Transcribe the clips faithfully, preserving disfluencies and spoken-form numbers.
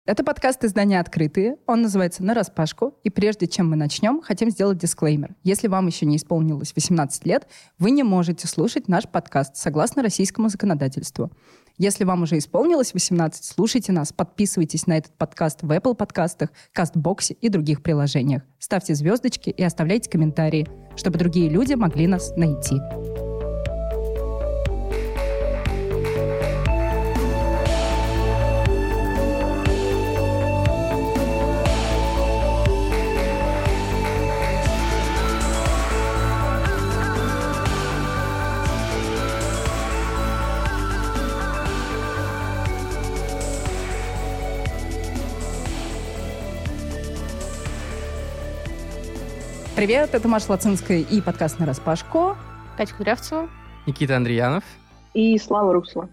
Это подкаст издания «Открытые». Он называется «Нараспашку». И прежде чем мы начнем, хотим сделать дисклеймер. Если вам еще не исполнилось восемнадцать лет, вы не можете слушать наш подкаст согласно российскому законодательству. Если вам уже исполнилось восемнадцать, слушайте нас, подписывайтесь на этот подкаст в Apple подкастах, Кастбоксе и других приложениях. Ставьте звездочки и оставляйте комментарии, чтобы другие люди могли нас найти. Привет, это Маша Лацинская и подкаст «Нараспашку». Катя Кудрявцева. Никита Андреянов. И Слава Руслова.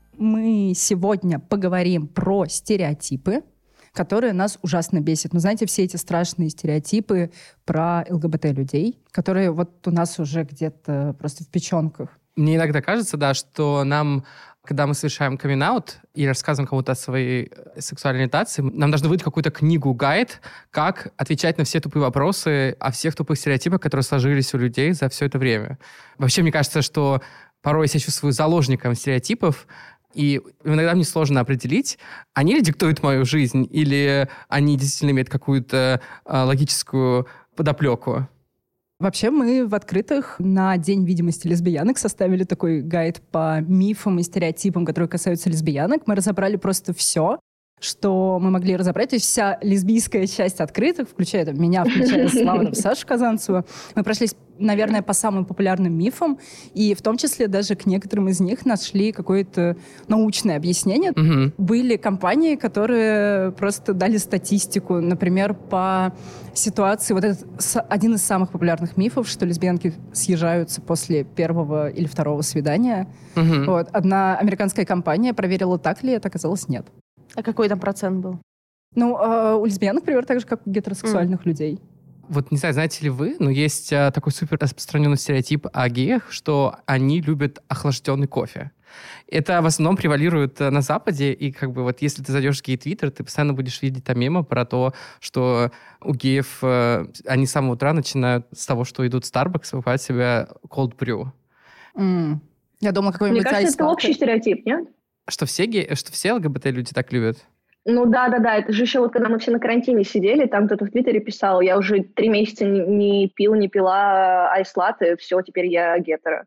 Мы сегодня поговорим про стереотипы, которые нас ужасно бесят. Ну, знаете, все эти страшные стереотипы про ЛГБТ-людей, которые вот у нас уже где-то просто в печенках. Мне иногда кажется, да, что нам, когда мы совершаем камин-аут и рассказываем кому-то о своей сексуальной ориентации, нам должны выдать какую-то книгу-гайд, как отвечать на все тупые вопросы о всех тупых стереотипах, которые сложились у людей за все это время. Вообще, мне кажется, что порой я себя чувствую заложником стереотипов, и иногда мне сложно определить, они ли диктуют мою жизнь, или они действительно имеют какую-то э, логическую подоплеку. Вообще мы в «Открытых» на День видимости лесбиянок составили такой гайд по мифам и стереотипам, которые касаются лесбиянок. Мы разобрали просто все, что мы могли разобрать. То есть вся лесбийская часть «Открытых», включая там, меня, включая Славу, там, Сашу Казанцеву. Мы прошлись, наверное, по самым популярным мифам, и в том числе даже к некоторым из них нашли какое-то научное объяснение. Mm-hmm. Были компании, которые просто дали статистику, например, по ситуации. Вот этот один из самых популярных мифов, что лесбиянки съезжаются после первого или второго свидания. Mm-hmm. Вот. Одна американская компания проверила, так ли это, оказалось, нет. А какой там процент был? Ну, э, у лесбиянок, например, так же, как у гетеросексуальных mm. людей. Вот не знаю, знаете ли вы, но есть а, такой супер распространенный стереотип о геях, что они любят охлажденный кофе. Это в основном превалирует на Западе, и как бы вот если ты зайдешь в гей-твиттер, ты постоянно будешь видеть там мемы про то, что у геев э, они с самого утра начинают с того, что идут в Starbucks, покупают себе cold brew. Mm. Я думала, какой-нибудь Мне кажется, это общий стереотип, нет? Что все, ге... что все ЛГБТ-люди так любят? Ну да-да-да, это же еще вот когда мы все на карантине сидели, там кто-то в Твиттере писал, я уже три месяца не, не пил, не пила айс-латте, все, теперь я гетеро.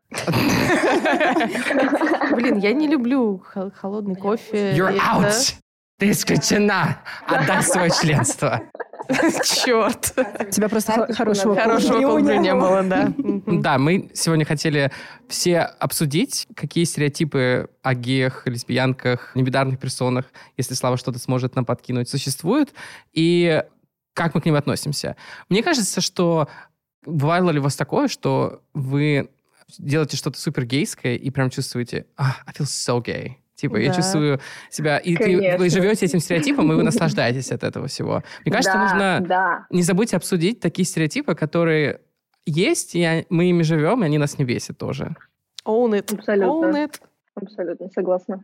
Блин, я не люблю холодный кофе. You're out! Ты исключена! Отдай свое членство! Черт! У тебя просто хорошего колбрю не было, да. Да, мы сегодня хотели все обсудить, какие стереотипы о геях, лесбиянках, небинарных персонах, если Слава что-то сможет нам подкинуть, существуют, и как мы к ним относимся. Мне кажется, что бывало ли у вас такое, что вы делаете что-то супер гейское и прям чувствуете «I feel so gay». Типа, да. Я чувствую себя... И ты, вы живете этим стереотипом, и вы наслаждаетесь от этого всего. Мне кажется, да, нужно да. не забудьте обсудить такие стереотипы, которые есть, и мы ими живем, и они нас не бесят тоже. Own it. Абсолютно. Own it. Абсолютно, согласна.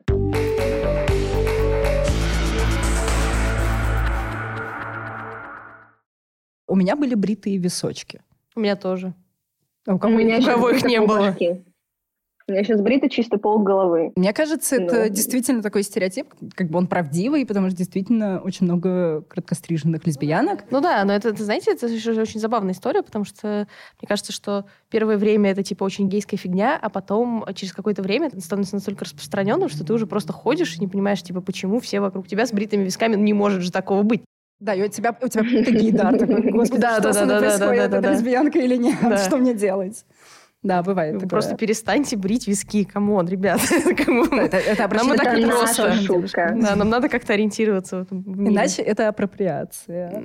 У меня были бритые височки. У меня тоже. А у кого, у меня у кого их не было? Башки. У меня сейчас брита чисто пол головы. Мне кажется, ну. это действительно такой стереотип, как бы он правдивый, потому что действительно очень много короткостриженных лесбиянок. Ну да, но это, это, знаете, это еще очень забавная история, потому что мне кажется, что первое время это типа очень гейская фигня, а потом через какое-то время это становится настолько распространенным, что ты уже просто ходишь и не понимаешь, типа, почему все вокруг тебя с бритыми висками, ну не может же такого быть. Да, и у тебя, у тебя ты гейдар такой, господи, да, что да, со мной да, происходит, да, да, это да. лесбиянка или нет, Да. Что мне делать? Да, бывает Вы такое. просто перестаньте брить виски, камон, ребят. Это, это нам и так это просто. наша шутка. Да, нам надо как-то ориентироваться в этом мире. Иначе это апроприация.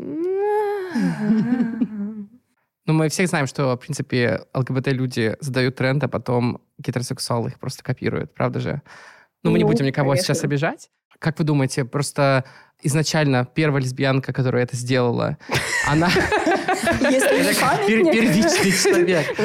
Ну, мы все знаем, что, в принципе, ЛГБТ-люди задают тренд, а потом гетеросексуалы их просто копируют, правда же? Ну, мы не Ну, будем никого конечно. сейчас обижать. Как вы думаете, просто изначально первая лесбиянка, которая это сделала, она... Первичный человек.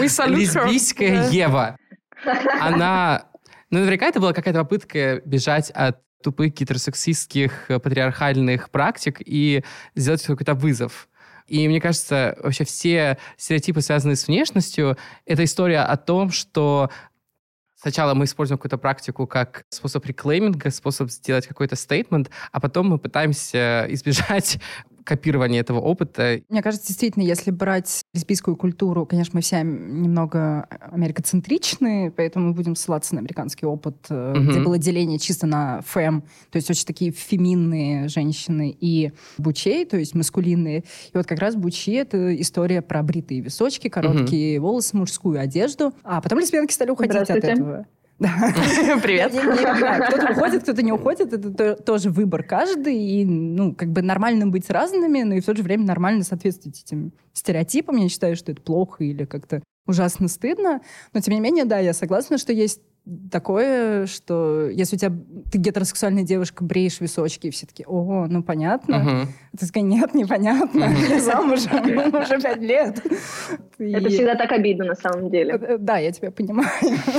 Лесбийская Ева. Она... Ну, наверняка это была какая-то попытка бежать от тупых гетеросексистских патриархальных практик и сделать какой-то вызов. И мне кажется, вообще все стереотипы, связанные с внешностью, это история о том, что сначала мы используем какую-то практику как способ реклейминга, способ сделать какой-то стейтмент, а потом мы пытаемся избежать копирования этого опыта. Мне кажется, действительно, если брать лесбийскую культуру, конечно, мы все немного америкоцентричны, поэтому мы будем ссылаться на американский опыт, mm-hmm. где было деление чисто на фэм, то есть очень такие феминные женщины, и бучей, то есть маскулинные. И вот как раз бучи — это история про бритые височки, короткие mm-hmm. волосы, мужскую одежду. А потом лесбиянки стали уходить от этого. Да. Привет. Кто-то уходит, кто-то не уходит. Это тоже выбор каждый. И, ну, как бы нормально быть разными, но и в то же время нормально соответствовать этим стереотипам. Я не считаю, что это плохо или как-то ужасно стыдно. Но, тем не менее, да, я согласна, что есть такое, что если у тебя ты гетеросексуальная девушка, бреешь височки, и все таки ого, ну понятно. Uh-huh. Ты такая, нет, непонятно. Uh-huh. Я замужем уже пять лет. Это и... всегда так обидно на самом деле. Да, я тебя понимаю.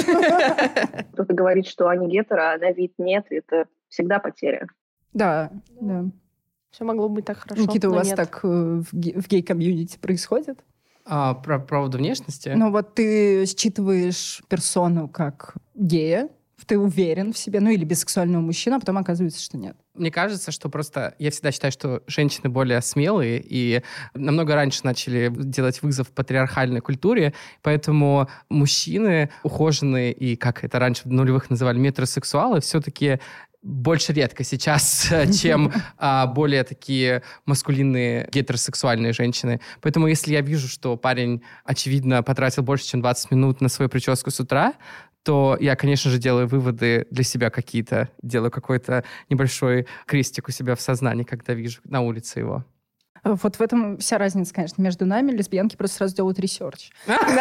Кто-то говорит, что они гетеро, а на вид нет, это всегда потеря. Да, да. Все могло быть так хорошо. Никита, у вас нет. Так в гей-комьюнити происходит? А, про поводу внешности? Ну вот ты считываешь персону как гея, ты уверен в себе, ну или бисексуального мужчину, а потом оказывается, что нет. Мне кажется, что просто... Я всегда считаю, что женщины более смелые и намного раньше начали делать вызов патриархальной культуре, поэтому мужчины ухоженные и, как это раньше в нулевых называли, метросексуалы, все-таки больше редко сейчас, чем а, более такие маскулинные гетеросексуальные женщины. Поэтому если я вижу, что парень, очевидно, потратил больше, чем двадцать минут на свою прическу с утра, то я, конечно же, делаю выводы для себя какие-то, делаю какой-то небольшой крестик у себя в сознании, когда вижу на улице его. Вот в этом вся разница, конечно, между нами. Лесбиянки просто сразу делают ресерч.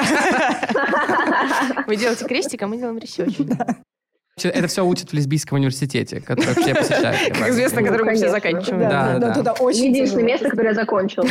Вы делаете крестик, а мы делаем ресерч. Это все учат в лесбийском университете, который все посещают. Как известно, который мы все заканчиваем. Да, да, да. Единственное место, которое я закончил.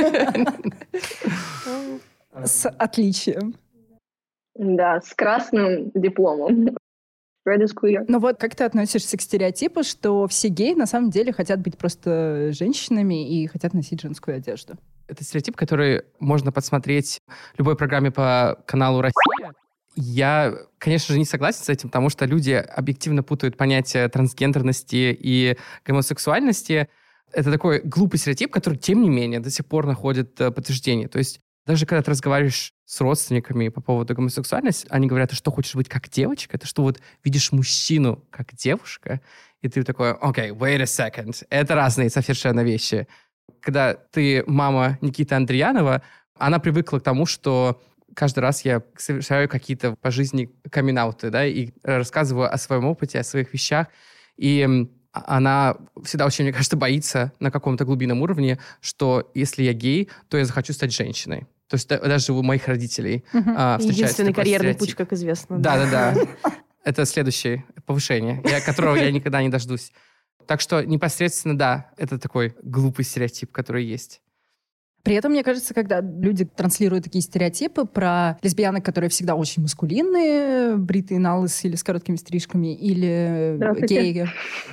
С отличием. Да, с красным дипломом. Red is queer. Ну вот как ты относишься к стереотипу, что все геи на самом деле хотят быть просто женщинами и хотят носить женскую одежду? Это стереотип, который можно подсмотреть в любой программе по каналу «Россия». Я, конечно же, не согласен с этим, потому что люди объективно путают понятия трансгендерности и гомосексуальности. Это такой глупый стереотип, который, тем не менее, до сих пор находит подтверждение. То есть даже когда ты разговариваешь с родственниками по поводу гомосексуальности, они говорят, ты что, хочешь быть как девочка? Ты что, вот видишь мужчину как девушка? И ты такой, окей, okay, wait a second. Это разные совершенно вещи. Когда ты мама Никиты Андреянова, она привыкла к тому, что каждый раз я совершаю какие-то по жизни камин-ауты, да, и рассказываю о своем опыте, о своих вещах. И она всегда очень, мне кажется, боится на каком-то глубинном уровне, что если я гей, то я захочу стать женщиной. То есть даже у моих родителей uh-huh. а, встречается единственный такой карьерный стереотип. путь, как известно. Да-да-да. Это следующее повышение, я, которого я никогда не дождусь. Так что непосредственно, да, это такой глупый стереотип, который есть. При этом, мне кажется, когда люди транслируют такие стереотипы про лесбиянок, которые всегда очень маскулинные, бритые на лысо или с короткими стрижками, или геи.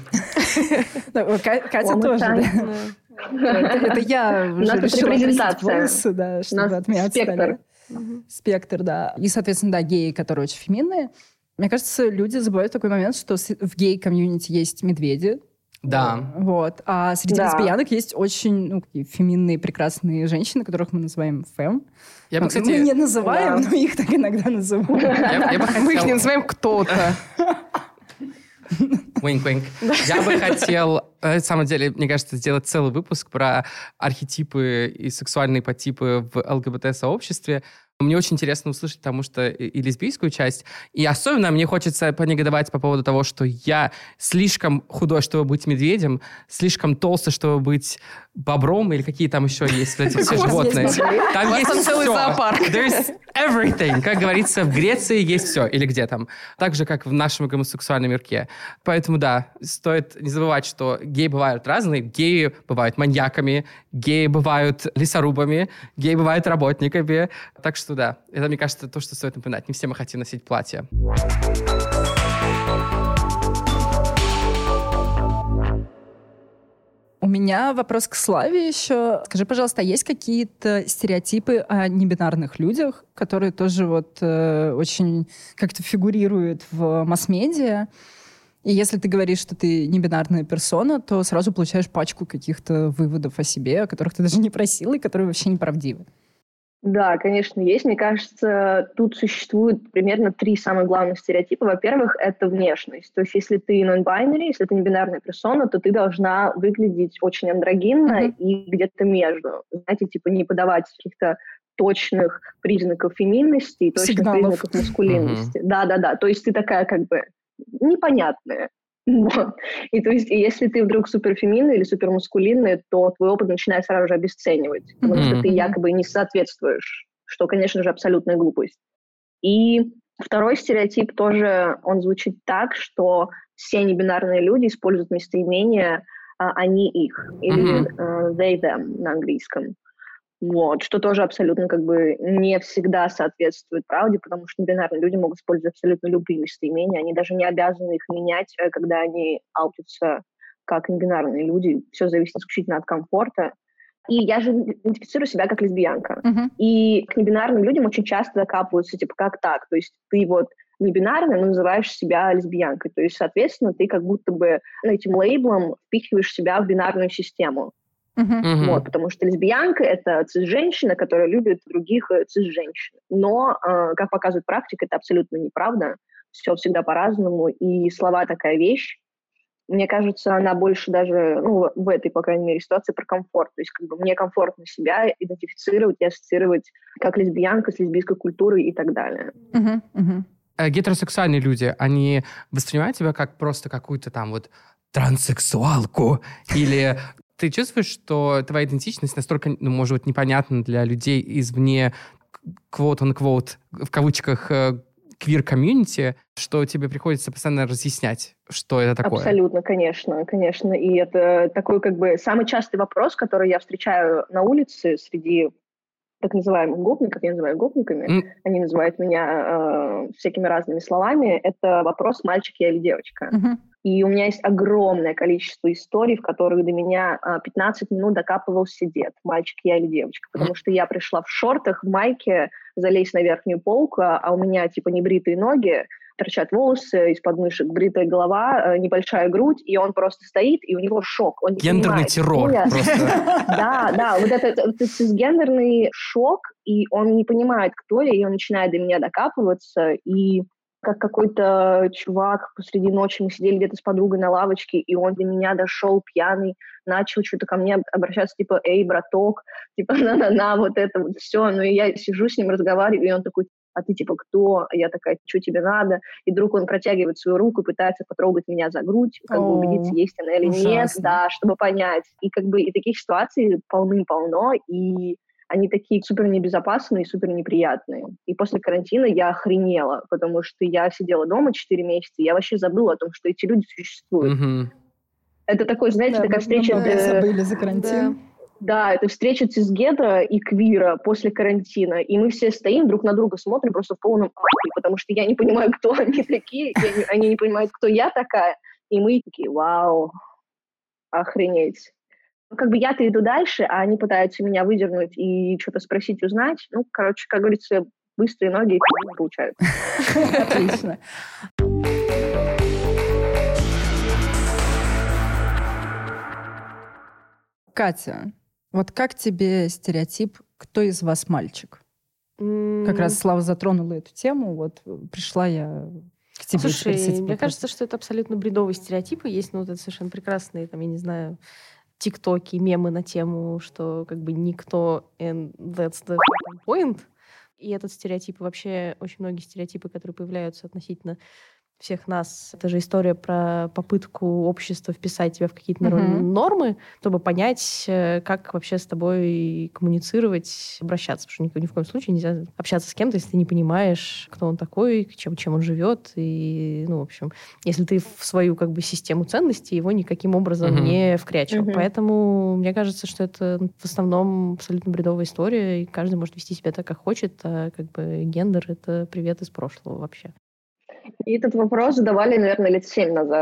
Катя тоже, да. Это я уже решила носить волосы, да, чтобы от меня отстали. Спектр, да. И, соответственно, да, геи, которые очень феминные. Мне кажется, люди забывают такой момент, что в гей-комьюнити есть медведи. Да. Вот. А среди да. лесбиянок есть очень ну, такие феминные, прекрасные женщины, которых мы называем фэм. Я бы, кстати... Мы не называем, да. но их так иногда называют. Я, я бы хотел... Мы их не называем кто-то. Wink-wink. Я бы хотел, на самом деле, мне кажется, сделать целый выпуск про архетипы и сексуальные подтипы в ЛГБТ-сообществе. Мне очень интересно услышать, потому что и лесбийскую часть, и особенно мне хочется понегодовать по поводу того, что я слишком худой, чтобы быть медведем, слишком толстый, чтобы быть бобром, или какие там еще есть эти все животные. Там есть целый зоопарк. There's everything. Как говорится, в Греции есть все. Или где там. Так же, как в нашем гомосексуальном мирке. Поэтому, да, стоит не забывать, что геи бывают разные. Геи бывают маньяками, геи бывают лесорубами, геи бывают работниками. Так что, да, это, мне кажется, то, что стоит напоминать. Не все мы хотим носить платья. меня вопрос к Славе еще. Скажи, пожалуйста, а есть какие-то стереотипы о небинарных людях, которые тоже вот э, очень как-то фигурируют в масс-медиа? И если ты говоришь, что ты небинарная персона, то сразу получаешь пачку каких-то выводов о себе, о которых ты даже не просила и которые вообще неправдивы. Да, конечно, есть. Мне кажется, тут существует примерно три самых главных стереотипа. Во-первых, это внешность. То есть если ты non-binary, если ты не бинарная персона, то ты должна выглядеть очень андрогинно mm-hmm. и где-то между. Знаете, типа не подавать каких-то точных признаков феминности и точных Сигналов. признаков маскулинности. Mm-hmm. Да-да-да. То есть ты такая как бы непонятная. Вот. И то есть, если ты вдруг суперфеминная или супермаскулинная, то твой опыт начинает сразу же обесценивать, потому mm-hmm. что ты якобы не соответствуешь, что, конечно же, абсолютная глупость. И второй стереотип тоже, он звучит так, что все небинарные люди используют местоимения а, «они», «их», или mm-hmm. uh, «they», «them» на английском. Вот, что тоже абсолютно как бы не всегда соответствует правде, потому что небинарные люди могут использовать абсолютно любые местоимения, они даже не обязаны их менять, когда они аутятся как небинарные люди. Все зависит исключительно от комфорта. И я же идентифицирую себя как лесбиянка. Uh-huh. И к небинарным людям очень часто докапываются, типа, как так? То есть ты вот небинарная, но называешь себя лесбиянкой. То есть, соответственно, ты как будто бы этим лейблом впихиваешь себя в бинарную систему. Uh-huh. Uh-huh. Вот, потому что лесбиянка — это цис-женщина, которая любит других цис-женщин. Но, э, как показывает практика, это абсолютно неправда. Все всегда по-разному. И слова такая вещь. Мне кажется, она больше даже, ну, в этой, по крайней мере, ситуации про комфорт. То есть как бы мне комфортно себя идентифицировать и ассоциировать как лесбиянка с лесбийской культурой и так далее. Uh-huh. Uh-huh. Гетеросексуальные люди, они воспринимают тебя как просто какую-то там вот транссексуалку или... Ты чувствуешь, что твоя идентичность настолько, ну, может быть, непонятна для людей извне, quote-unquote, в кавычках, квир-комьюнити, что тебе приходится постоянно разъяснять, что это такое? Абсолютно, конечно, конечно. И это такой как бы самый частый вопрос, который я встречаю на улице среди так называемых гопников, я называю гопниками, mm. они называют меня э, всякими разными словами, это вопрос, мальчик я или девочка. Mm-hmm. И у меня есть огромное количество историй, в которых до меня э, пятнадцать минут докапывался дед, мальчик я или девочка, потому mm. что я пришла в шортах, в майке, залезть на верхнюю полку, а у меня типа небритые ноги, торчат волосы из подмышек, бритая голова, небольшая грудь, и он просто стоит, и у него шок. Он не гендерный понимает, террор просто. Да, да, вот этот цисгендерный шок, и он не понимает, кто я, и он начинает до меня докапываться, и как какой-то чувак посреди ночи, мы сидели где-то с подругой на лавочке, и он до меня дошел пьяный, начал что-то ко мне обращаться, типа, эй, браток, типа, на-на-на, вот это вот все. Ну, и я сижу с ним, разговариваю, и он такой, а ты типа кто? А я такая, что тебе надо? И вдруг он протягивает свою руку и пытается потрогать меня за грудь, как бы убедиться, есть она или ужасно. Нет, да, чтобы понять. И как бы и таких ситуаций полным-полно, и они такие супер небезопасные и супер неприятные. И после карантина я охренела, потому что я сидела дома четыре месяца, и я вообще забыла о том, что эти люди существуют. Mm-hmm. Это такой, знаете, да, такая встреча... Да, забыли за карантин. Да. Да, это встреча цисгетера и квира после карантина. И мы все стоим, друг на друга смотрим просто в полном ахуе, потому что я не понимаю, кто они такие, не, они не понимают, кто я такая. И мы такие, вау, охренеть. Ну, как бы я-то иду дальше, а они пытаются меня выдернуть и что-то спросить, узнать. Ну, короче, как говорится, быстрые ноги и получают. Отлично. Катя, вот как тебе стереотип «кто из вас мальчик»? Mm. Как раз Слава затронула эту тему, вот пришла я к тебе. Слушай, мне кажется, что это абсолютно бредовые стереотипы. Есть, ну, вот это совершенно прекрасные, там, я не знаю, тиктоки, мемы на тему, что как бы никто, and that's the point. И этот стереотип, и вообще очень многие стереотипы, которые появляются относительно всех нас. Это же история про попытку общества вписать тебя в какие-то mm-hmm. нормы, чтобы понять, как вообще с тобой коммуницировать, обращаться. Потому что ни, ни в коем случае нельзя общаться с кем-то, если ты не понимаешь, кто он такой, чем, чем он живет. И, ну, в общем, если ты в свою как бы систему ценностей его никаким образом mm-hmm. не вкрячивал. Mm-hmm. Поэтому мне кажется, что это в основном абсолютно бредовая история, и каждый может вести себя так, как хочет, а как бы гендер — это привет из прошлого вообще. И этот вопрос задавали, наверное, лет семь назад.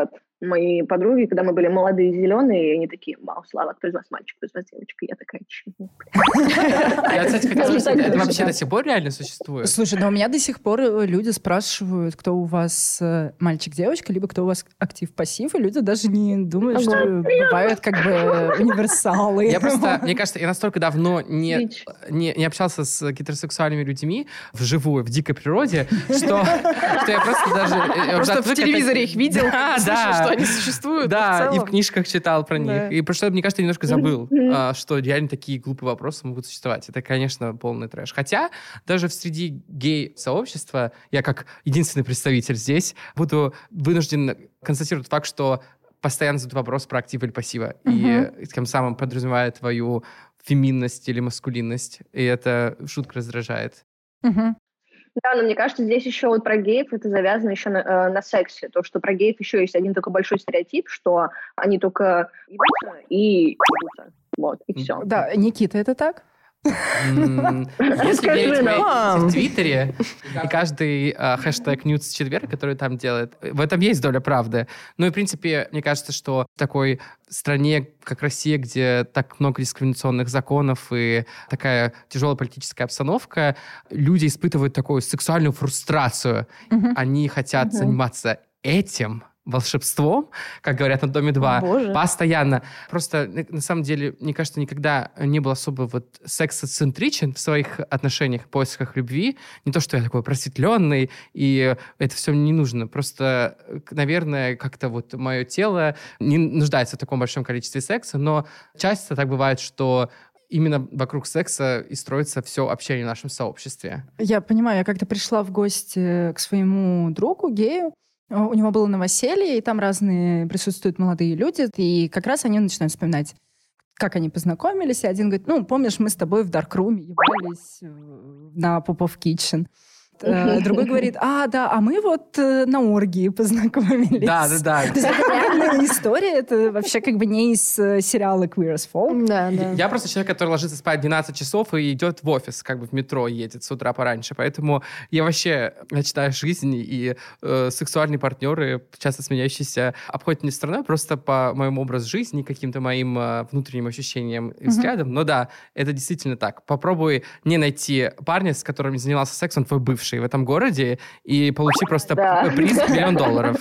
мои подруги, когда мы были молодые и зеленые, и они такие: вау, Слава, кто из вас мальчик, кто из вас девочка? Я такая: чего? Я, кстати, хотела спросить, это вообще до сих пор реально существует? Слушай, но у меня до сих пор люди спрашивают, кто у вас мальчик-девочка, либо кто у вас актив-пассив, и люди даже не думают, что бывают как бы универсалы. Я просто, мне кажется, я настолько давно не, не, не общался с гетеросексуальными людьми вживую, в дикой природе, что, что я просто даже... Просто в телевизоре их видел, да, слышал, да. что они существуют. Да, в и в книжках читал про Да. них. И просто, мне кажется, я немножко забыл, а, что реально такие глупые вопросы могут существовать. Это, конечно, полный трэш. Хотя даже в среди гей-сообщества, я как единственный представитель здесь, буду вынужден констатировать факт, что постоянно задают вопрос про актив или пассива. Uh-huh. И тем самым подразумевает твою феминность или маскулинность. И это шутка раздражает. Uh-huh. Да, но мне кажется, здесь еще вот про геев это завязано еще на, э, на сексе. То, что про геев еще есть один только большой стереотип, что они только ебутся и ебутся. Вот, и все. Да, Никита, это так? Если верить в Твиттере, и каждый э, хэштег Ньюс четверг, который там делает, в этом есть доля правды. Ну и, в принципе, мне кажется, что в такой стране, как Россия, где так много дискриминационных законов и такая тяжелая политическая обстановка, люди испытывают такую сексуальную фрустрацию. Uh-huh. Они хотят uh-huh. заниматься этим волшебством, как говорят на Доме два, Боже. Постоянно. Просто, на самом деле, мне кажется, никогда не был особо вот сексоцентричен в своих отношениях, поисках любви. Не то, что я такой просветленный, и это все мне не нужно. Просто, наверное, как-то вот мое тело не нуждается в таком большом количестве секса, но часто так бывает, что именно вокруг секса и строится все общение в нашем сообществе. Я понимаю, я как-то пришла в гости к своему другу, гею. У него было новоселье, и там разные присутствуют молодые люди, и как раз они начинают вспоминать, как они познакомились, и один говорит: ну, помнишь, мы с тобой в даркруме ебались на Попов Kitchen. Другой говорит: а, да, а мы вот на оргии познакомились. Да, да, да. То есть это реальная история, это вообще как бы не из сериала Queer as Folk. Да, да. Я просто человек, который ложится спать двенадцать часов и идет в офис, как бы в метро едет с утра пораньше, поэтому я вообще начинаю жизнь, и э, сексуальные партнеры, часто сменяющиеся, обходят мне стороной просто по моему образу жизни, каким-то моим э, внутренним ощущениям и взглядам. Mm-hmm. Но да, это действительно так. Попробуй не найти парня, с которым не занимался сексом, твой бывший в этом городе, и получи просто да. приз в миллион долларов.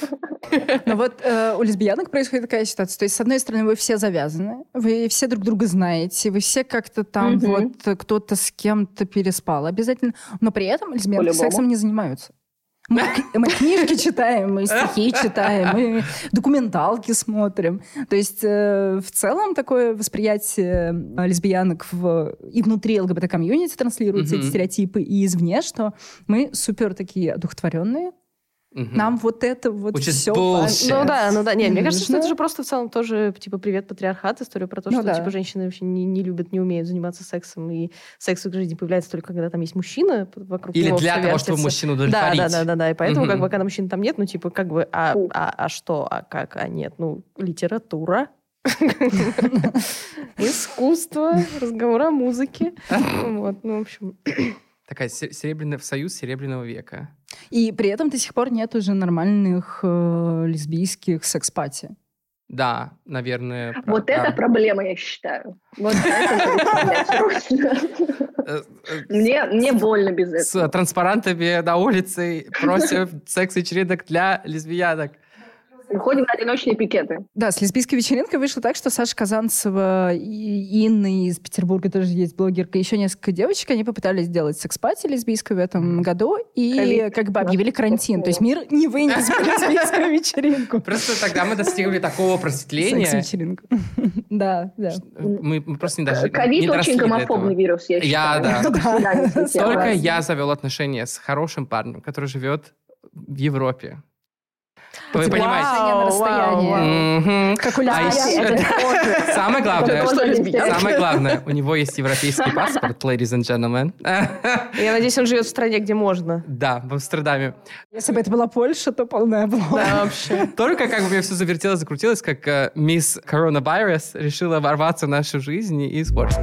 Но вот э, у лесбиянок происходит такая ситуация. То есть, с одной стороны, вы все завязаны, вы все друг друга знаете, вы все как-то там mm-hmm. вот кто-то с кем-то переспал обязательно, но при этом лесбиянки По-любому. сексом не занимаются. Мы, мы книжки читаем, мы стихи читаем, мы документалки смотрим. То есть э, в целом такое восприятие лесбиянок в, и внутри ЛГБТ-комьюнити транслируются mm-hmm. эти стереотипы, и извне, что мы супер такие одухотворенные. Mm-hmm. Нам вот это вот Which все... Ну да, ну да. Нет, мне кажется, что это же просто в целом тоже, типа, привет, патриархат, история про то, что, ну, да. типа, женщины вообще не, не любят, не умеют заниматься сексом, и секс в их жизни появляется только когда там есть мужчина вокруг Или него. для того, вертится. Чтобы мужчину удовлетворить. Да, да, да, да, да. И поэтому, mm-hmm. как бы, когда мужчин там нет, ну, типа, как бы, а, а, а что, а как, а нет? Ну, литература. Искусство, разговор о музыке. Вот, ну, в общем... Такая серебряный союз серебряного века. И при этом до сих пор нет уже нормальных э, лесбийских секс-пати. Да, наверное. Вот да. это проблема, я считаю. Вот это мне, мне больно без этого. С транспарантами на улице против секс-вечеринок для лесбиянок. Ходим на одиночные пикеты. Да, с лесбийской вечеринкой вышло так, что Саша Казанцева и Инна из Петербурга, тоже есть блогерка, еще несколько девочек, они попытались сделать секс-пати лесбийскую в этом году и Ковид. Как бы объявили карантин. То есть мир не вынес лесбийскую вечеринку. Просто тогда мы достигли такого просветления. Секс-вечеринку. Да, да. Мы просто не даже Ковид очень гомофобный вирус, я считаю. Я, да. Только я завел отношения с хорошим парнем, который живет в Европе. Вы типа, понимаете? На расстоянии. Mm-hmm. Как у а самое главное, самое главное, у него есть европейский паспорт, ladies and gentlemen. Я надеюсь, он живет в стране, где можно. Да, в Амстердаме. Если бы это была Польша, то полная облава. Да, вообще. Только как бы мне все завертелось, закрутилось, как uh, мисс Коронавирус решила ворваться в нашу жизнь и испортить.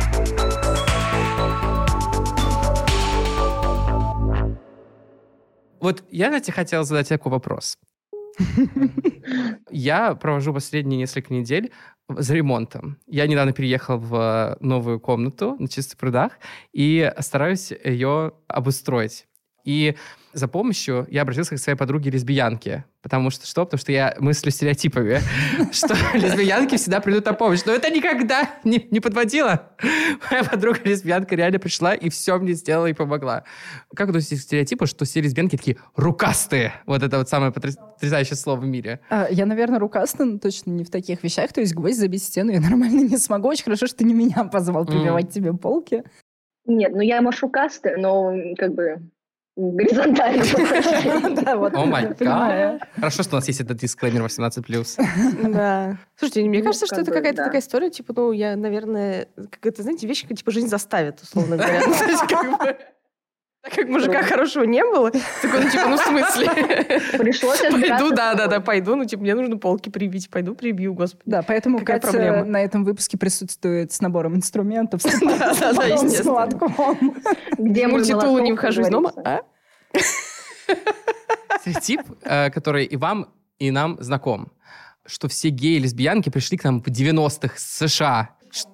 Вот я, знаете, хотел задать такой вопрос. Я провожу последние несколько недель за ремонтом. Я недавно переехал в новую комнату на Чистых прудах и стараюсь ее обустроить. И за помощью я обратился к своей подруге-лесбиянке. Потому что что? Потому что я мыслю стереотипами, что лесбиянки всегда придут на помощь. Но это никогда не, не подводило. Моя подруга-лесбиянка реально пришла и все мне сделала и помогла. Как относитесь к стереотипу, что все лесбиянки такие рукастые? Вот это вот самое потрясающее слово в мире. А, я, наверное, рукастая, но точно не в таких вещах. То есть гвоздь забить в стену я нормально не смогу. Очень хорошо, что ты не меня позвал прибивать mm. тебе полки. Нет, ну я, может, рукастая, но как бы... горизонтально. О май гад. Хорошо, что у нас есть этот дисклеймер восемнадцать плюс. Да. Слушайте, мне кажется, что это какая-то такая история, типа, ну, я, наверное, как это, знаете, вещи, типа, жизнь заставит, условно говоря. Так как мужика хорошего не было, такой, ну, типа, ну, в смысле? Пришлось Пойду, да-да-да, пойду, ну, типа, мне нужно полки прибить, пойду прибью, господи. Да, поэтому какая Катя проблема? на этом выпуске присутствует с набором инструментов, с Да-да-да, молотком. Где мультитулу не выхожу из дома, а? Стереотип, который и вам, и нам знаком, что все геи и лесбиянки пришли к нам в девяностых с США.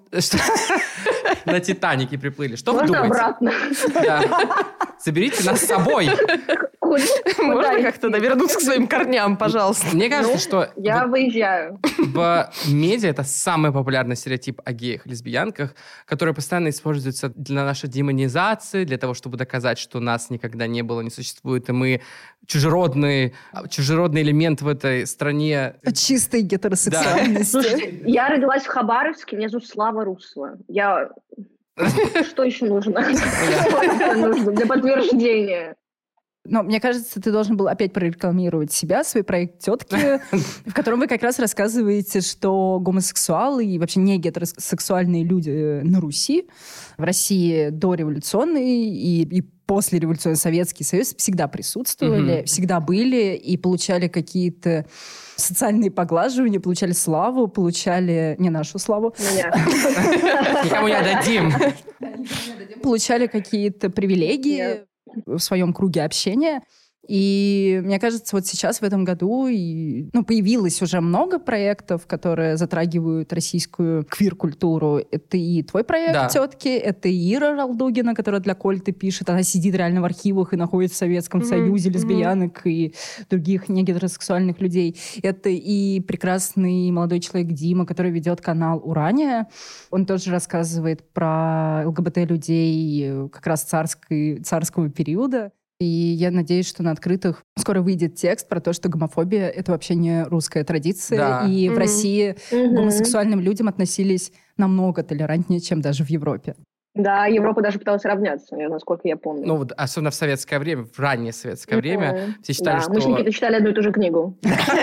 На Титанике приплыли. Что вы думаете? Можно обратно? Заберите нас с собой. Можно как-то вернуться к своим корням, пожалуйста? Мне кажется, что... Я выезжаю. В медиа это самый популярный стереотип о геях и лесбиянках, который постоянно используется для нашей демонизации, для того, чтобы доказать, что нас никогда не было, не существует, и мы чужеродный, чужеродный элемент в этой стране. Чистой гетеросексуальности. Слушайте, я родилась в Хабаровске, меня зовут Слава Руссова. Я... Что еще нужно? Что еще нужно для подтверждения? Но мне кажется, ты должен был опять прорекламировать себя, свой проект «Тетки», в котором вы как раз рассказываете, что гомосексуалы и вообще не гетеросексуальные люди на Руси, в России дореволюционные и, и послереволюционный Советский Союз всегда присутствовали, mm-hmm. всегда были и получали какие-то социальные поглаживания, получали славу, получали... Не нашу славу. Никому не отдадим. Получали какие-то привилегии в своем круге общения. И мне кажется, вот сейчас в этом году и, ну, появилось уже много проектов, которые затрагивают российскую квир-культуру. Это и твой проект да. «Тетки», это и Ира Ралдугина, которая для Кольты пишет. Она сидит реально в архивах и находится в Советском mm-hmm. Союзе лесбиянок mm-hmm. и других негетеросексуальных людей. Это и прекрасный молодой человек Дима, который ведет канал «Урания». Он тоже рассказывает про ЛГБТ-людей как раз царской, царского периода. И я надеюсь, что на открытых скоро выйдет текст про то, что гомофобия — это вообще не русская традиция. Да. И mm-hmm. в России mm-hmm. к гомосексуальным людям относились намного толерантнее, чем даже в Европе. Да, Европа даже пыталась равняться, насколько я помню. Ну, вот, особенно в советское время, в раннее советское время, все считали, что... Мы с Никитой читали одну и ту же книгу.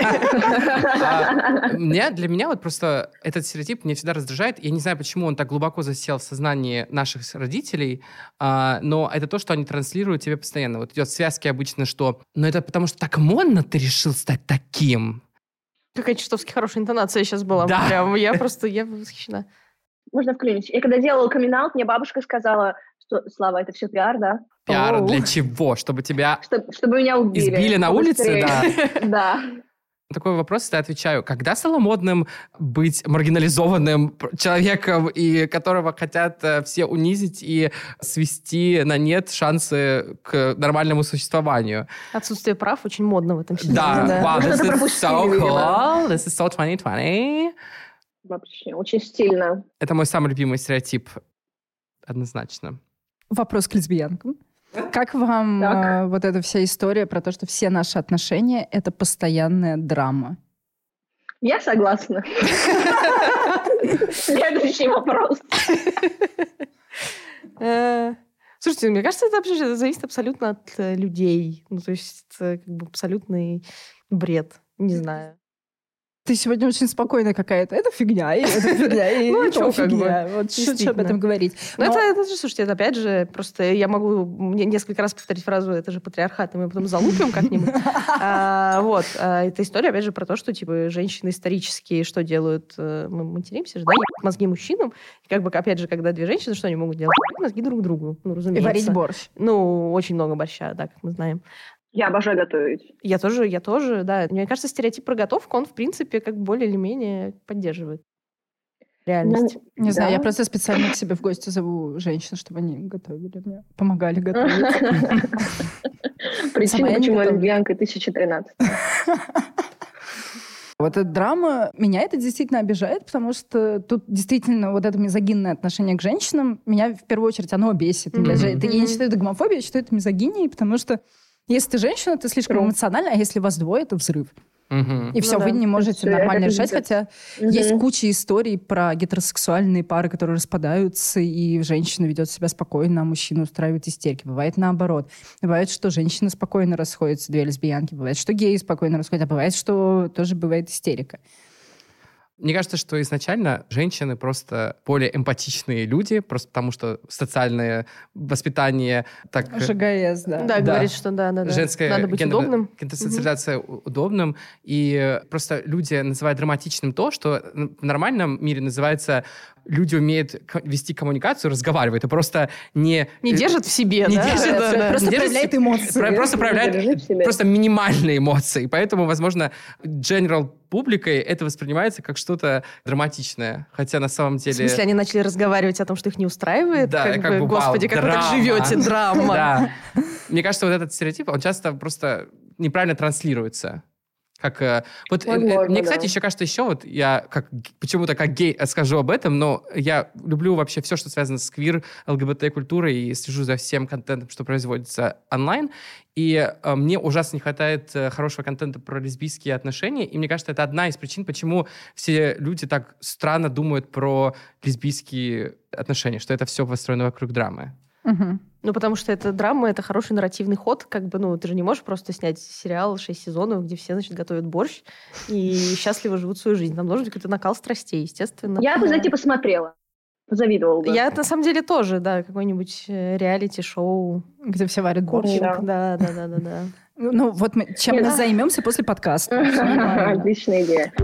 Для меня вот просто этот стереотип меня всегда раздражает. Я не знаю, почему он так глубоко засел в сознании наших родителей, но это то, что они транслируют тебе постоянно. Вот идет в связке обычно, что... Ну, это потому что так модно ты решил стать таким. Какая чертовски хорошая интонация сейчас была. Да. Прям, я просто, я восхищена. Можно вклинить? Я когда делала камин-аут, мне бабушка сказала, что, Слава, это все пиар, да? Пиар Оу. для чего? Чтобы тебя... Чтобы, чтобы меня убили. Избили на улице? Да. Да. Такой вопрос, я отвечаю. Когда стало модным быть маргинализованным человеком, и которого хотят все унизить и свести на нет шансы к нормальному существованию? Отсутствие прав очень модно в этом сезоне. Да. да. Wow, this is so cool. This is so twenty twenty. Вообще, очень стильно. Это мой самый любимый стереотип. Однозначно. Вопрос к лесбиянкам. Как вам э, вот эта вся история про то, что все наши отношения — это постоянная драма? Я согласна. Следующий вопрос. Слушайте, мне кажется, это вообще зависит абсолютно от людей. Ну, то есть это как бы абсолютный бред. Не знаю. Ты сегодня очень спокойная какая-то. Это фигня, и это фигня, и ну, это фигня. Как бы. Вот что об этом говорить. Ну, это, это же, слушайте, это опять же, просто я могу несколько раз повторить фразу «это же патриархат», и мы потом залупим как-нибудь. а, вот. А, эта история, опять же, про то, что, типа, женщины исторические что делают? Мы материмся же, да? Ебать мозги мужчинам. И как бы, опять же, когда две женщины, что они могут делать? Ебать мозги друг другу, ну, разумеется. И варить борщ. Ну, очень много борща, да, как мы знаем. Я обожаю готовить. Я тоже, я тоже, да. Мне кажется, стереотип про готовку, он, в принципе, как бы более или менее поддерживает реальность. Ну, Не да. знаю, я просто специально к себе в гости зову женщин, чтобы они готовили мне, помогали готовить. Причина, почему я лесбиянка тысяча тринадцать. Вот эта драма, меня это действительно обижает, потому что тут действительно вот это мизогинное отношение к женщинам, меня в первую очередь оно бесит. Mm-hmm. Даже, это, я не считаю это гомофобией, я считаю это мизогинией, потому что если ты женщина, ты слишком True. эмоциональна, а если вас двое, это взрыв. Uh-huh. И все, ну, вы да. не можете все, нормально решать, видно. хотя Uh-huh. есть куча историй про гетеросексуальные пары, которые распадаются, и женщина ведет себя спокойно, а мужчина устраивает истерики. Бывает наоборот. Бывает, что женщины спокойно расходятся, две лесбиянки. Бывает, что геи спокойно расходятся, а бывает, что тоже бывает истерика. Мне кажется, что изначально женщины просто более эмпатичные люди, просто потому что социальное воспитание так... ЖГС, да. Да, Да. говорит, что да, да, да. Женская Надо быть гендерная- удобным. гетеросоциализация у- удобным. И просто люди называют драматичным то, что в нормальном мире называется люди умеют к- вести коммуникацию, разговаривают, и просто не... Не держат в себе, Не да? держат, Да, да. Просто не держат проявляет в- эмоции. про- Просто проявляет Держи в себе. просто минимальные эмоции. Поэтому, возможно, general публикой это воспринимается как что-то драматичное. Хотя на самом В деле... смысле, они начали разговаривать о том, что их не устраивает? Да, как как бы, бы, господи, вау, как вы так драма. живете, драма. Да. Мне кажется, вот этот стереотип, он часто просто неправильно транслируется. Как, э, вот, э, э, Возможно, мне, кстати, да. еще кажется, еще вот я как, г- почему-то как гей скажу об этом, но я люблю вообще все, что связано с квир, ЛГБТ-культурой, и слежу за всем контентом, что производится онлайн. И э, мне ужасно не хватает э, хорошего контента про лесбийские отношения, и мне кажется, это одна из причин, почему все люди так странно думают про лесбийские отношения, что это все построено вокруг драмы. Мгм. Ну, потому что это драма, это хороший нарративный ход. Как бы, ну, ты же не можешь просто снять сериал шесть сезонов, где все, значит, готовят борщ и счастливо живут свою жизнь. Там должен быть какой-то накал страстей, естественно. Я бы, знаете, посмотрела. Позавидовала бы. Я, на самом деле, тоже, да, какой-нибудь э, реалити-шоу. Где все варят борщ. Да. Да, да, да, да, да. Ну, вот мы, чем Нет. мы займемся после подкаста. Всё нормально. Отличная идея.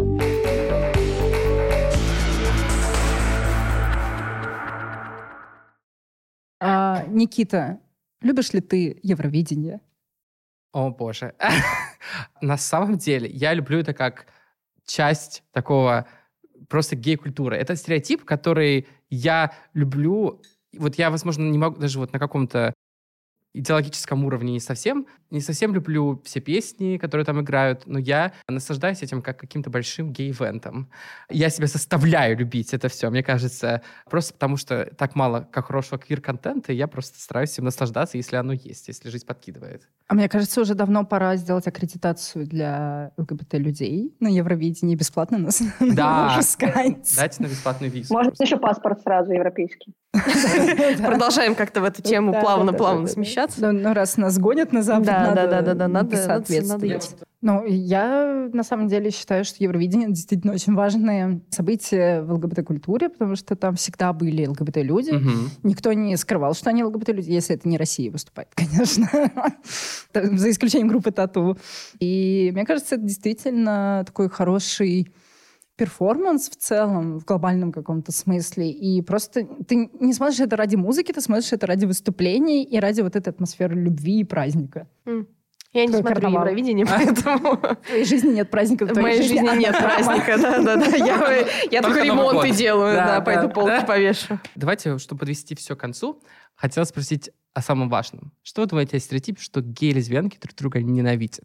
А, Никита, любишь ли ты Евровидение? О, боже. На самом деле, я люблю это как часть такого просто гей-культуры. Это стереотип, который я люблю. Вот я, возможно, не могу даже вот на каком-то идеологическом уровне не совсем, не совсем люблю все песни, которые там играют, но я наслаждаюсь этим как каким-то большим гей-ивентом. Я себя заставляю любить это все, мне кажется, просто потому что так мало как хорошего квир-контента, и я просто стараюсь им наслаждаться, если оно есть, если жизнь подкидывает. А мне кажется, уже давно пора сделать аккредитацию для ЛГБТ-людей на Евровидении бесплатно нас Да. пускать. Дайте на бесплатную визу. Можно еще паспорт сразу европейский. Продолжаем как-то в эту тему Да, плавно-плавно да, да, да, смещаться. Ну, ну, раз нас гонят на Запад, Да, надо, да, да, да, да, надо- надо- соответствовать. надо Ну, я на самом деле считаю, что Евровидение действительно очень важное событие в ЛГБТ-культуре, потому что там всегда были ЛГБТ-люди. Мгм. Никто не скрывал, что они ЛГБТ-люди, если это не Россия выступает, конечно. За исключением группы Тату. И мне кажется, это действительно такой хороший перформанс в целом, в глобальном каком-то смысле. И просто ты не смотришь это ради музыки, ты смотришь это ради выступлений и ради вот этой атмосферы любви и праздника. М. Я не Такой смотрю карнавал. Евровидение, поэтому В твоей жизни нет праздника, в в твоей моей жизни одна нет драма. праздника. Да, да, да. Я я Только только Новый ремонты год. делаю, Да, да, да, пойду полки да. повешу. Давайте, чтобы подвести все к концу, хотел спросить о самом важном. Что вы думаете о стереотипе, что геи и лесбиянки друг друга ненавидят?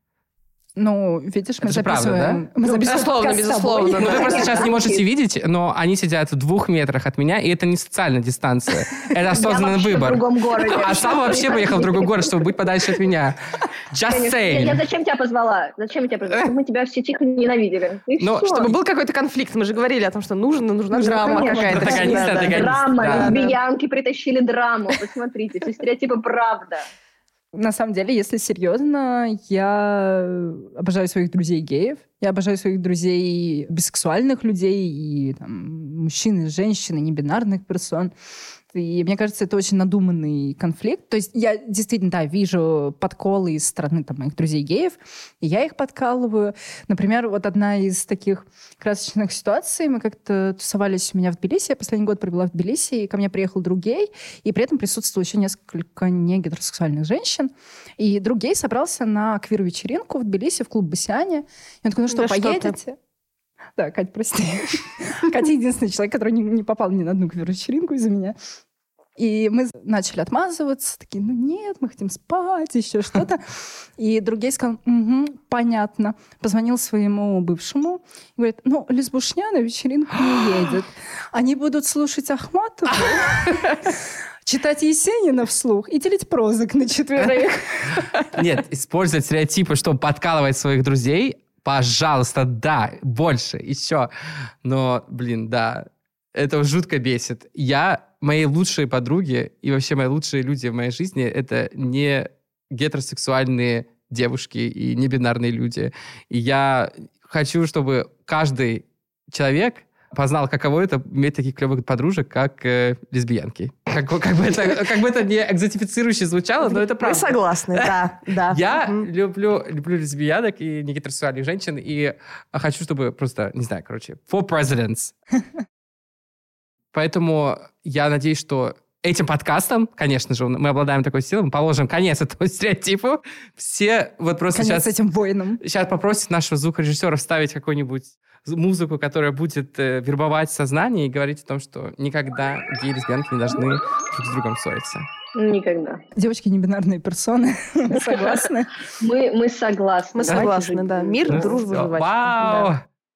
Ну, видишь, мы Это же правда, записываем... да? мы Ну, записываем безусловно, подкаст с тобой. безусловно, Ну, да. вы просто сейчас не можете видеть, но они сидят в двух метрах от меня, и это не социальная дистанция. Это Я осознанный вообще в выбор. другом городе. А сам вообще поехал в другой город, чтобы быть подальше от меня. Just Конечно. Я, я saying. зачем тебя позвала? Зачем я тебя позвала? Чтобы мы тебя все тихо ненавидели. И Но всё. Чтобы был какой-то конфликт. Мы же говорили о том, что нужно, нужна драма конечно. какая-то. Протагонист, всегда, да. антагонист. Драма, Да. лесбиянки притащили драму. Посмотрите, все стереотипы правда. На самом деле, если серьезно, я обожаю своих друзей геев, я обожаю своих друзей бисексуальных людей, и там, мужчин, и женщин, и небинарных персон. И мне кажется, это очень надуманный конфликт. То есть я действительно, да, вижу подколы из стороны там, моих друзей-геев, и я их подкалываю. Например, вот одна из таких красочных ситуаций. Мы как-то тусовались у меня в Тбилиси. Я последний год провела в Тбилиси, и ко мне приехал друг гей, и при этом присутствовало еще несколько негетеросексуальных женщин. И друг гей собрался на квир-вечеринку в Тбилиси, в клуб «Басяне». И он такой, ну что, да поедете? Что да, Кать, прости. Катя единственный человек, который не, не попал ни на одну квир-вечеринку из-за меня. И мы начали отмазываться, такие, ну нет, мы хотим спать, еще что-то. И другой сказал, угу, понятно. Позвонил своему бывшему, говорит, ну, лесбушня на вечеринку не едет. Они будут слушать Ахматову, читать Есенина вслух и делить прозок на четверых. Нет, использовать стереотипы, чтобы подкалывать своих друзей, пожалуйста, да, больше, еще. Но, блин, да, это жутко бесит. Я, мои лучшие подруги и вообще мои лучшие люди в моей жизни — это не гетеросексуальные девушки и не бинарные люди. И я хочу, чтобы каждый человек познал, каково это иметь таких клевых подружек, как э, лесбиянки. Как, как, бы это, как бы это не экзотифицирующе звучало, но это правда. Мы согласны, да. да. Я люблю, люблю лесбиянок и негетеросексуальных женщин, и хочу, чтобы просто, не знаю, короче, for presidents. Поэтому я надеюсь, что этим подкастом, конечно же, мы обладаем такой силой, мы положим конец этому стереотипу. Все вот просто конец сейчас... этим воинам. Сейчас попросят нашего звукорежиссера вставить какую-нибудь музыку, которая будет э, вербовать сознание и говорить о том, что никогда геи и лесбиянки не должны друг с другом ссориться. Никогда. Девочки не-бинарные персоны. Мы согласны? Мы, мы согласны. Мы согласны, да. Мир, дружба, жвачка. Вау!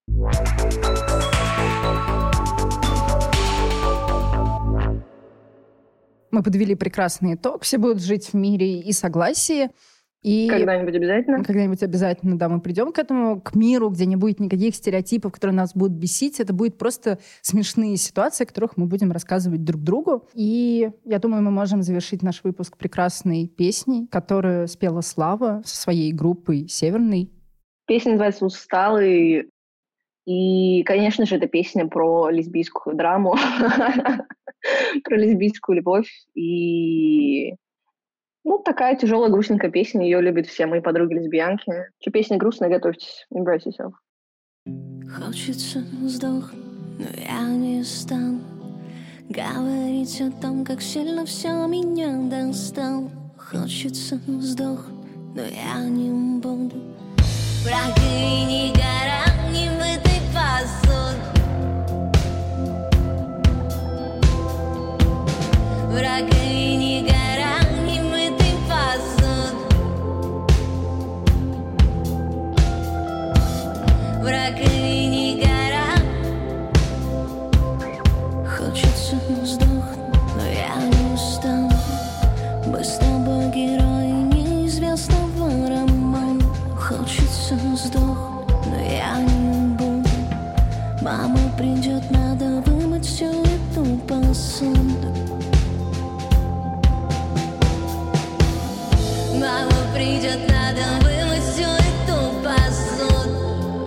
Мы подвели прекрасный итог. Все будут жить в мире и согласии. И когда-нибудь обязательно? Когда-нибудь обязательно, да, мы придем к этому, к миру, где не будет никаких стереотипов, которые нас будут бесить. Это будут просто смешные ситуации, о которых мы будем рассказывать друг другу. И я думаю, мы можем завершить наш выпуск прекрасной песней, которую спела Слава со своей группой «Северный». Песня называется «Усталый». И, конечно же, это песня про лесбийскую драму, про лесбийскую любовь. И... Ну, такая тяжелая, грустненькая песня. Ее любят все мои подруги-лесбиянки. Что песня грустная, готовьтесь. Embrace yourself. Хочется вздох, но я не стану говорить о том, как сильно все меня достал. Хочется вздох, но я не буду. Враг и не гора, не мытый посуд. Враг и не гора. В раковине гора. Хочется вздохнуть, но я не устану. Мы с тобой герои неизвестного романа. Хочется вздохнуть, но я не буду. Мама придет, надо вымыть всю эту посуду. Мама придет, надо вымыть всю эту посуду.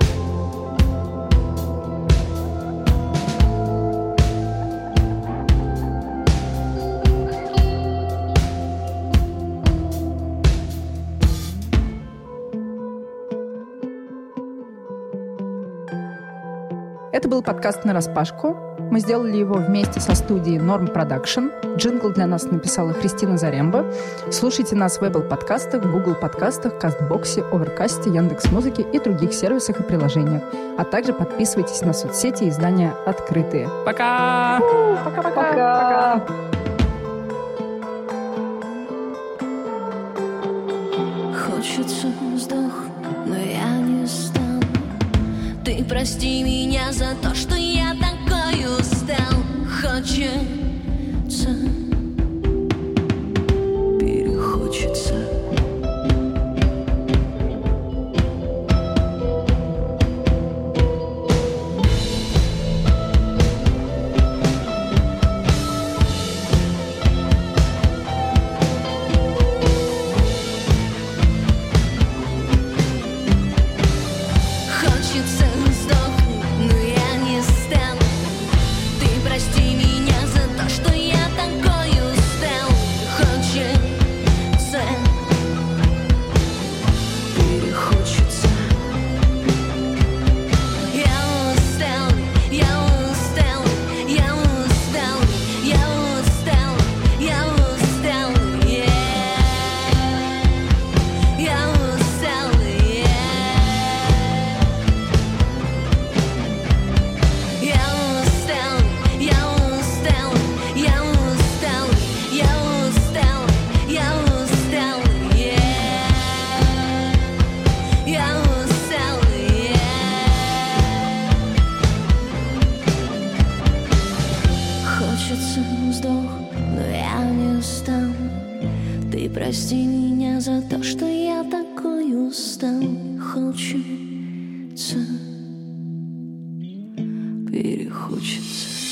Это был подкаст «Нараспашку». Мы сделали его вместе со студией Norm Production. Джингл для нас написала Христина Заремба. Слушайте нас в Apple подкастах, Google подкастах, Кастбоксе, Оверкасте, Яндекс.Музыке и других сервисах и приложениях. А также подписывайтесь на соцсети и издания «Открытые». Пока! Пока-пока! Хочется вздох, но я не стану. Ты прости меня за то, что я такой устал. Хочется, перехочется. Хочется сдохнуть, но я не стану. Ты прости меня за то, что я такой. вздох, но я не стану. Ты прости меня за то, что я такой устал. Хочется, перехочется.